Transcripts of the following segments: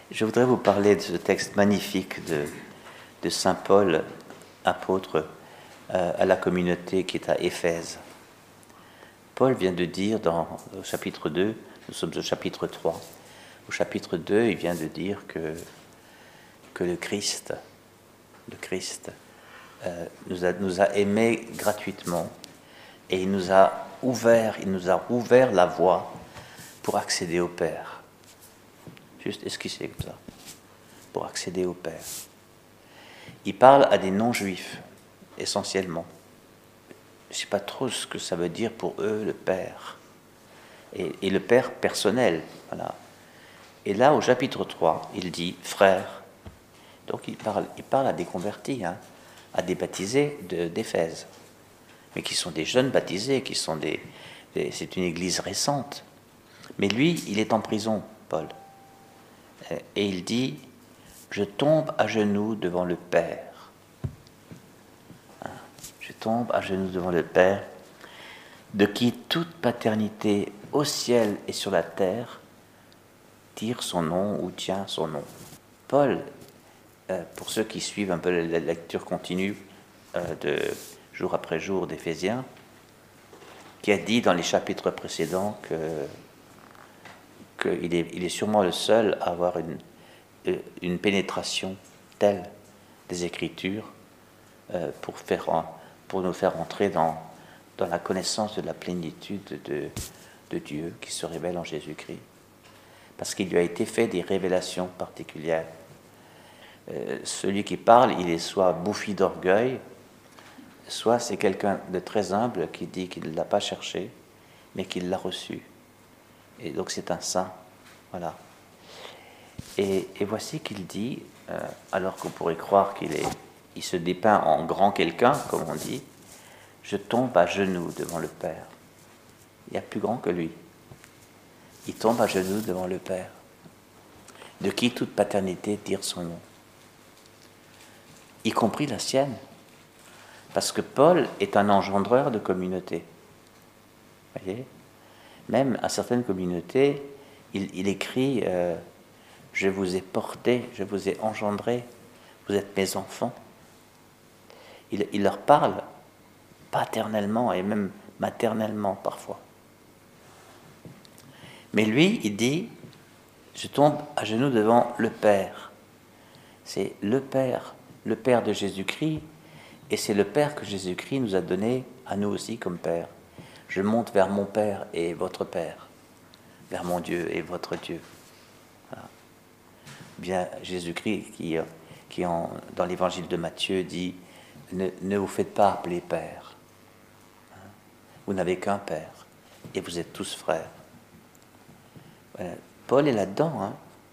Je voudrais vous parler de ce texte magnifique de Saint Paul, apôtre à la communauté qui est à Éphèse. Paul vient de dire au chapitre 2, nous sommes au chapitre 3, au chapitre 2, il vient de dire que le Christ nous a aimés gratuitement et il nous a ouvert la voie pour accéder au Père. Juste esquisser comme ça, pour accéder au Père. Il parle à des non-juifs, essentiellement. Je ne sais pas trop ce que ça veut dire pour eux, le Père. Et le Père personnel, voilà. Et là, au chapitre 3, il dit « frères ». Donc il parle à des convertis, à des baptisés d'Éphèse, mais qui sont des jeunes baptisés, c'est une église récente. Mais lui, il est en prison, Paul. Et il dit « Je tombe à genoux devant le Père ». Je tombe à genoux devant le Père, de qui toute paternité au ciel et sur la terre tire son nom ou tient son nom. Paul, pour ceux qui suivent un peu la lecture continue de jour après jour d'Éphésiens, qui a dit dans les chapitres précédents qu'il est sûrement le seul à avoir une pénétration telle des Écritures pour nous faire entrer dans la connaissance de la plénitude de Dieu qui se révèle en Jésus-Christ. Parce qu'il lui a été fait des révélations particulières. Celui qui parle, il est soit bouffi d'orgueil, soit c'est quelqu'un de très humble qui dit qu'il ne l'a pas cherché, mais qu'il l'a reçu. Et donc c'est un saint. Voilà. Et voici qu'il dit, alors qu'on pourrait croire il se dépeint en grand quelqu'un, comme on dit, je tombe à genoux devant le Père. Il y a plus grand que lui. Il tombe à genoux devant le Père, de qui toute paternité tire son nom, y compris la sienne, parce que Paul est un engendreur de communautés. Vous voyez ? Même à certaines communautés, il écrit je vous ai porté, je vous ai engendré, vous êtes mes enfants. Il leur parle paternellement et même maternellement parfois. Mais lui, il dit, je tombe à genoux devant le Père. C'est le Père de Jésus-Christ, et c'est le Père que Jésus-Christ nous a donné à nous aussi comme Père. Je monte vers mon Père et votre Père, vers mon Dieu et votre Dieu. Voilà. Bien Jésus-Christ qui dans l'évangile de Matthieu dit ne vous faites pas appeler Père. Vous n'avez qu'un Père et vous êtes tous frères. Voilà. Paul est là-dedans.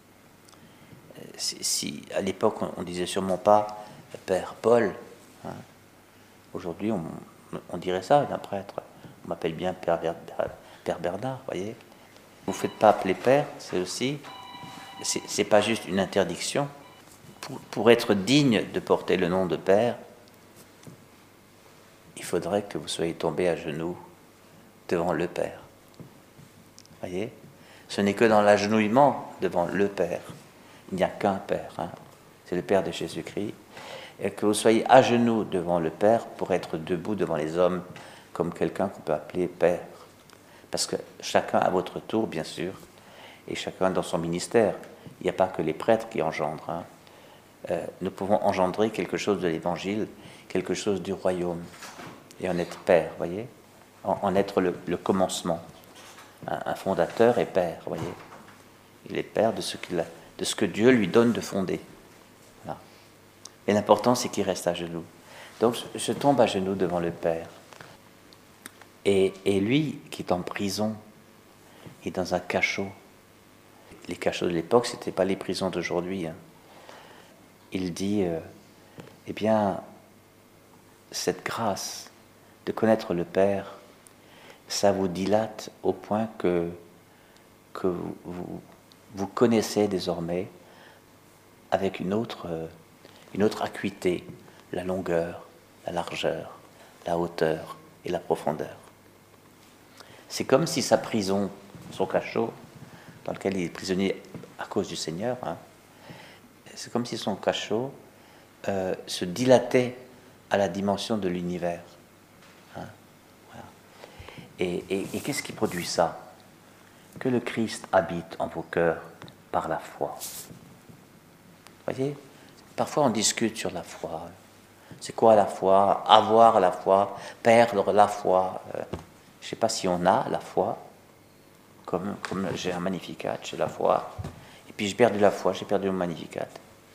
Si à l'époque on disait sûrement pas Père Paul, aujourd'hui on dirait ça d'un prêtre. On m'appelle bien Père Bernard, voyez. Vous ne faites pas appeler Père, c'est pas juste une interdiction. Pour être digne de porter le nom de Père, il faudrait que vous soyez tombé à genoux devant le Père. Voyez ? Ce n'est que dans l'agenouillement devant le Père. Il n'y a qu'un Père. C'est le Père de Jésus-Christ. Et que vous soyez à genoux devant le Père pour être debout devant les hommes comme quelqu'un qu'on peut appeler Père. Parce que chacun à votre tour, bien sûr, et chacun dans son ministère. Il n'y a pas que les prêtres qui engendrent. Nous pouvons engendrer quelque chose de l'Évangile, quelque chose du royaume, et en être Père, voyez, en être le commencement. Un fondateur est Père, voyez. Il est Père de ce que Dieu lui donne de fonder. Voilà. Et l'important, c'est qu'il reste à genoux. Donc, je tombe à genoux devant le Père. Et lui, qui est en prison, est dans un cachot. Les cachots de l'époque, ce n'étaient pas les prisons d'aujourd'hui. Il dit, eh bien, cette grâce de connaître le Père, ça vous dilate au point que vous connaissez désormais avec une autre acuité la longueur, la largeur, la hauteur et la profondeur. C'est comme si sa prison, son cachot, dans lequel il est prisonnier à cause du Seigneur, c'est comme si son cachot se dilatait à la dimension de l'univers. Hein, voilà. Et qu'est-ce qui produit ça? Que le Christ habite en vos cœurs par la foi. Vous voyez, parfois on discute sur la foi. C'est quoi la foi? Avoir la foi, perdre la foi. Je ne sais pas si on a la foi, comme j'ai un Magnificat, j'ai la foi, et puis j'ai perdu la foi, j'ai perdu mon Magnificat.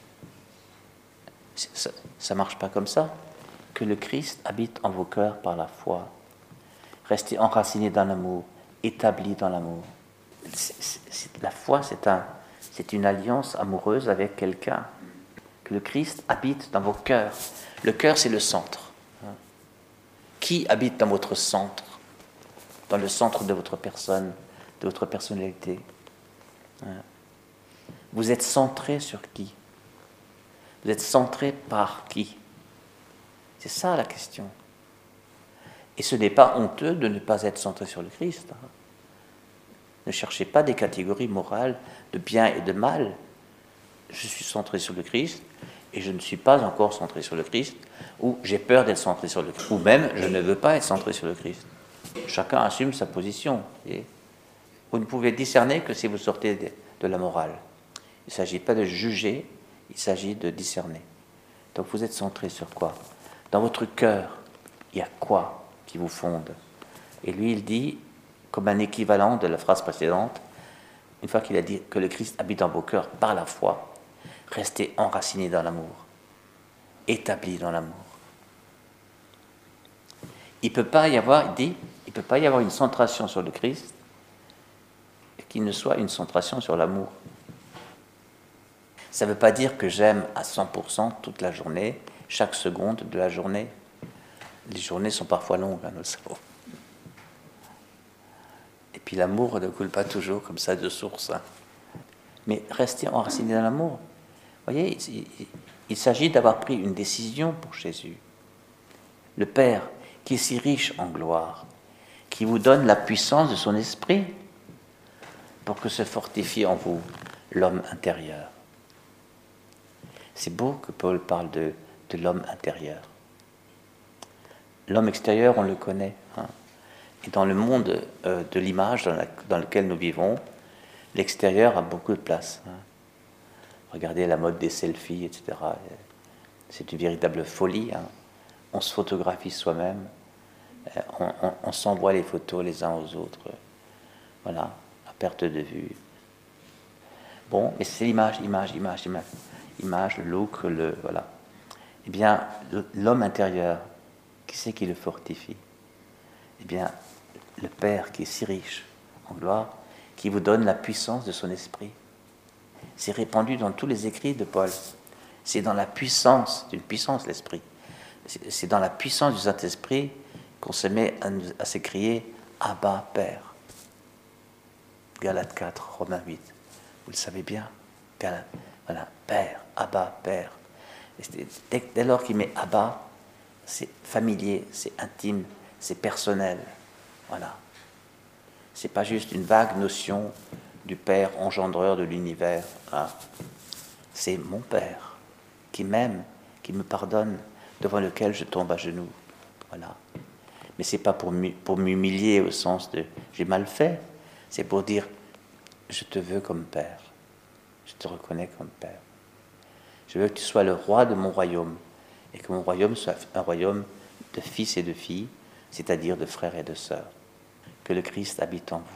Ça ne marche pas comme ça. Que le Christ habite en vos cœurs par la foi. Restez enracinés dans l'amour, établis dans l'amour. La foi, c'est une alliance amoureuse avec quelqu'un. Que le Christ habite dans vos cœurs. Le cœur, c'est le centre. Qui habite dans votre centre? Dans le centre de votre personne, de votre personnalité. Vous êtes centré sur qui? Vous êtes centré par qui? C'est ça la question. Et ce n'est pas honteux de ne pas être centré sur le Christ. Ne cherchez pas des catégories morales de bien et de mal. Je suis centré sur le Christ et je ne suis pas encore centré sur le Christ, ou j'ai peur d'être centré sur le Christ, ou même je ne veux pas être centré sur le Christ. Chacun assume sa position. Et vous ne pouvez discerner que si vous sortez de la morale. Il ne s'agit pas de juger, il s'agit de discerner. Donc vous êtes centré sur quoi? Dans votre cœur, il y a quoi qui vous fonde? Et lui, il dit, comme un équivalent de la phrase précédente, une fois qu'il a dit que le Christ habite dans vos cœurs par la foi, restez enracinés dans l'amour, établis dans l'amour. Il ne peut pas y avoir, il dit, il ne peut pas y avoir une centration sur le Christ qui ne soit une centration sur l'amour. Ça ne veut pas dire que j'aime à 100% toute la journée, chaque seconde de la journée. Les journées sont parfois longues, nous le savons. Et puis l'amour ne coule pas toujours comme ça de source. Mais rester enraciné dans l'amour. Vous voyez, il s'agit d'avoir pris une décision pour Jésus. Le Père, qui est si riche en gloire, qui vous donne la puissance de son esprit pour que se fortifie en vous l'homme intérieur. C'est beau que Paul parle de l'homme intérieur. L'homme extérieur, on le connaît. Et dans le monde de l'image dans lequel nous vivons, l'extérieur a beaucoup de place. Regardez la mode des selfies, etc. C'est une véritable folie. On se photographie soi-même. On s'envoie les photos les uns aux autres. Voilà, à perte de vue. Bon, mais c'est l'image, le look, voilà. Eh bien, l'homme intérieur, qui c'est qui le fortifie? Eh bien, le Père qui est si riche en gloire, qui vous donne la puissance de son esprit. C'est répandu dans tous les écrits de Paul. C'est dans la puissance, d'une puissance l'esprit. C'est dans la puissance du Saint-Esprit qu'on se met à s'écrier Abba, Père. Galates 4, Romains 8. Vous le savez bien. Voilà, Père, Abba, Père. Dès lors qu'il met Abba, c'est familier, c'est intime, c'est personnel. Voilà. C'est pas juste une vague notion du Père engendreur de l'univers. C'est mon Père qui m'aime, qui me pardonne, devant lequel je tombe à genoux. Voilà. Mais c'est pas pour m'humilier au sens de j'ai mal fait. C'est pour dire je te veux comme Père. Je te reconnais comme Père. Je veux que tu sois le roi de mon royaume et que mon royaume soit un royaume de fils et de filles, c'est-à-dire de frères et de sœurs. Que le Christ habite en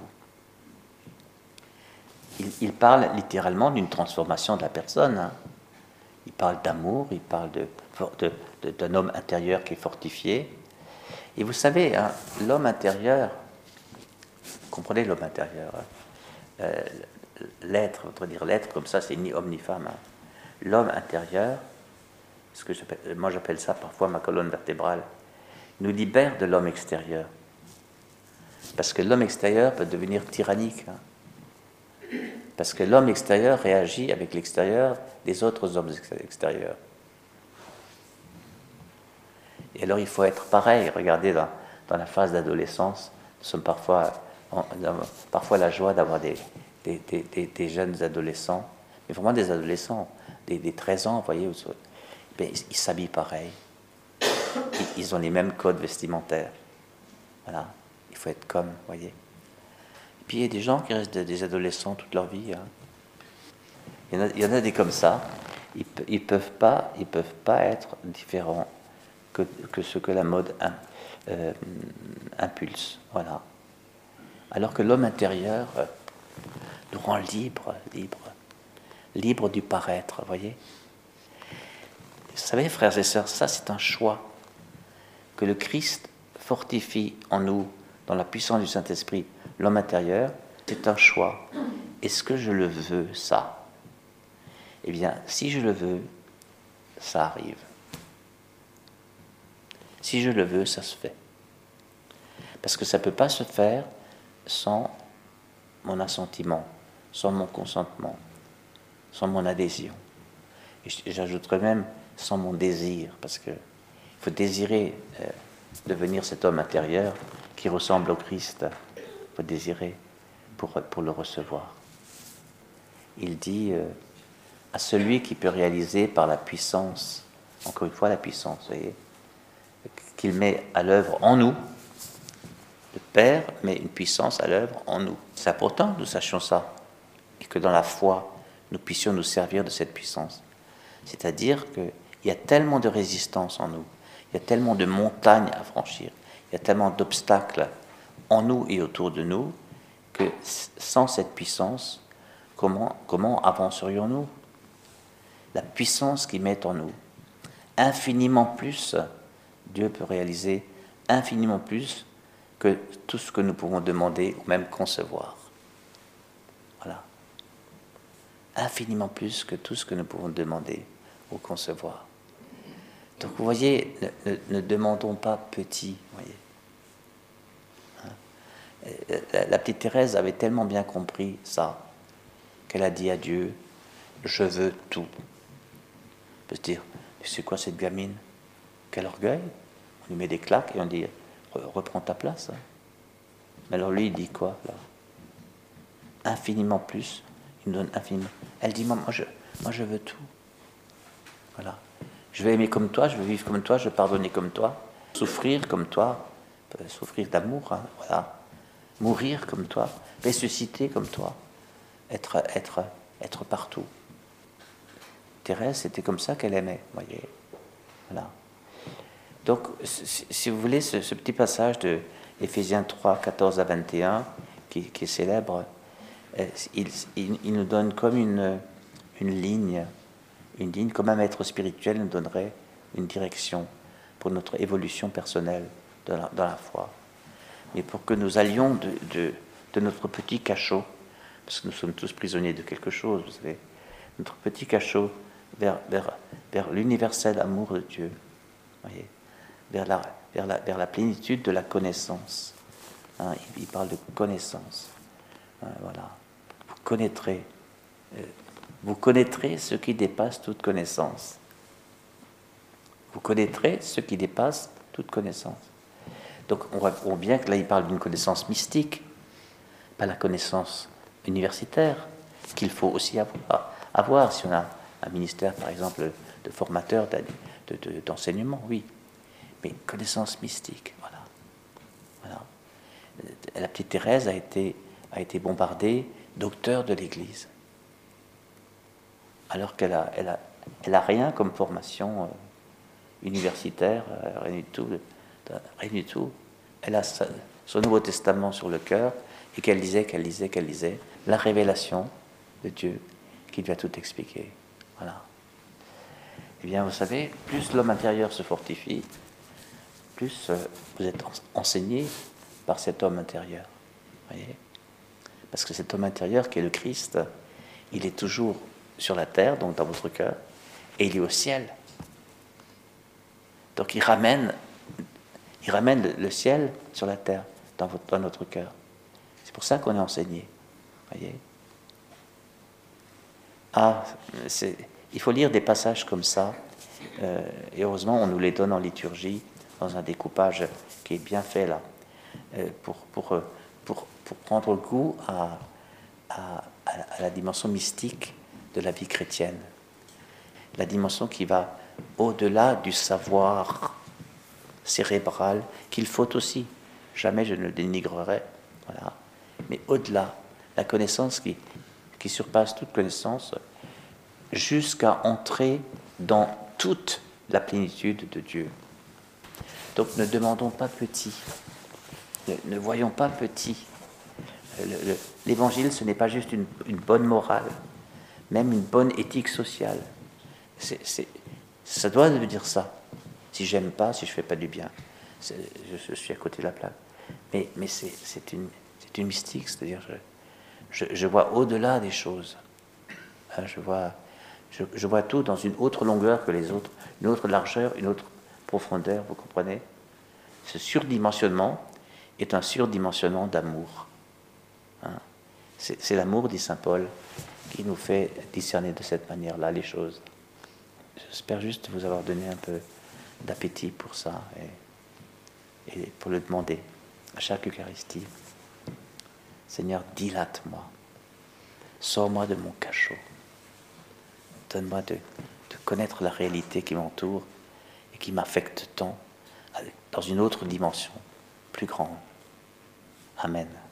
vous. Il parle littéralement d'une transformation de la personne. Il parle d'amour, il parle d'un homme intérieur qui est fortifié. Et vous savez, l'homme intérieur, vous comprenez l'homme intérieur, l'être, on va dire l'être comme ça, c'est ni homme ni femme. L'homme intérieur, moi j'appelle ça parfois ma colonne vertébrale, nous libère de l'homme extérieur. Parce que l'homme extérieur peut devenir tyrannique. Parce que l'homme extérieur réagit avec l'extérieur des autres hommes extérieurs. Et alors il faut être pareil. Regardez dans la phase d'adolescence, nous sommes parfois la joie d'avoir des jeunes adolescents, mais vraiment des adolescents, des 13 ans, vous voyez, ben, ils s'habillent pareil. Ils ont les mêmes codes vestimentaires. Voilà, il faut être comme, vous voyez. Et puis il y a des gens qui restent des adolescents toute leur vie. Hein. Il y en a des comme ça. Ils peuvent pas être différents que ce que la mode impulse. Voilà. Alors que l'homme intérieur nous rend libre du paraître, vous voyez. Vous savez, frères et sœurs, ça c'est un choix que le Christ fortifie en nous, dans la puissance du Saint-Esprit, l'homme intérieur. C'est un choix. Est-ce que je le veux, ça? Eh bien, si je le veux, ça arrive. Si je le veux, ça se fait. Parce que ça ne peut pas se faire sans mon assentiment, sans mon consentement, sans mon adhésion. Et j'ajouterais même sans mon désir, parce qu'il faut désirer devenir cet homme intérieur qui ressemble au Christ. Il faut désirer pour le recevoir. Il dit à celui qui peut réaliser par la puissance, encore une fois la puissance, vous voyez, qu'il met à l'œuvre en nous. Le Père met une puissance à l'œuvre en nous. C'est important que nous sachions ça et que dans la foi, nous puissions nous servir de cette puissance. C'est-à-dire qu'il y a tellement de résistance en nous, il y a tellement de montagnes à franchir, il y a tellement d'obstacles en nous et autour de nous que sans cette puissance, comment avancerions-nous? La puissance qu'il met en nous, infiniment plus, Dieu peut réaliser infiniment plus que tout ce que nous pouvons demander ou même concevoir. Voilà. Infiniment plus que tout ce que nous pouvons demander ou concevoir. Donc vous voyez, ne demandons pas petit, voyez. La petite Thérèse avait tellement bien compris ça qu'elle a dit à Dieu, je veux tout. On peut se dire, c'est quoi cette gamine? Quel orgueil! On lui met des claques et on dit, reprends ta place. Mais alors lui, il dit quoi là? Infiniment plus, il nous donne infiniment. Elle dit, moi je veux tout. Voilà. Je veux aimer comme toi, je veux vivre comme toi, je veux pardonner comme toi, souffrir comme toi, souffrir d'amour, hein, voilà. Mourir comme toi, ressusciter comme toi, être partout. Thérèse, c'était comme ça qu'elle aimait, voyez. Voilà. Donc, si vous voulez, ce petit passage de Éphésiens 3, 14 à 21, qui est célèbre, il nous donne comme une ligne, comme un maître spirituel nous donnerait une direction pour notre évolution personnelle dans la foi. Mais pour que nous allions de notre petit cachot, parce que nous sommes tous prisonniers de quelque chose, vous savez, notre petit cachot vers l'universel amour de Dieu, voyez, vers la plénitude de la connaissance. Hein, il parle de connaissance. Hein, voilà. Vous connaîtrez ce qui dépasse toute connaissance. Vous connaîtrez ce qui dépasse toute connaissance. Donc on voit bien que là il parle d'une connaissance mystique, pas la connaissance universitaire, qu'il faut aussi avoir si on a un ministère par exemple de formateur, d'enseignement, oui. Mais connaissance mystique, voilà. La petite Thérèse a été bombardée docteur de l'Église, alors qu'elle a rien comme formation universitaire, rien du tout. Elle a son Nouveau Testament sur le cœur et qu'elle lisait, la révélation de Dieu qui lui a tout expliqué. Voilà. Eh bien, vous savez, plus l'homme intérieur se fortifie, plus vous êtes enseigné par cet homme intérieur. Voyez ? Parce que cet homme intérieur qui est le Christ, il est toujours sur la terre, donc dans votre cœur, et il est au ciel. Donc il ramène le ciel sur la terre, dans notre cœur. C'est pour ça qu'on est enseigné. Voyez ? Il faut lire des passages comme ça, et heureusement on nous les donne en liturgie, dans un découpage qui est bien fait là, pour prendre goût à la dimension mystique de la vie chrétienne. La dimension qui va au-delà du savoir cérébral, qu'il faut aussi. Jamais je ne le dénigrerai. Voilà. Mais au-delà, la connaissance qui surpasse toute connaissance, jusqu'à entrer dans toute la plénitude de Dieu. Donc ne demandons pas petit, ne voyons pas petit. L'évangile, ce n'est pas juste une bonne morale, même une bonne éthique sociale. Ça doit devenir ça. Si j'aime pas, si je fais pas du bien, je suis à côté de la plaque. Mais c'est une mystique, c'est-à-dire je vois au-delà des choses. Je vois tout dans une autre longueur que les autres, une autre largeur, une autre profondeur, vous comprenez? Ce surdimensionnement est un surdimensionnement d'amour. C'est l'amour, dit saint Paul, qui nous fait discerner de cette manière-là les choses. J'espère juste vous avoir donné un peu d'appétit pour ça et pour le demander à chaque Eucharistie. Seigneur, dilate-moi, sors-moi de mon cachot, donne-moi de connaître la réalité qui m'entoure et qui m'affecte tant dans une autre dimension plus grande. Amen.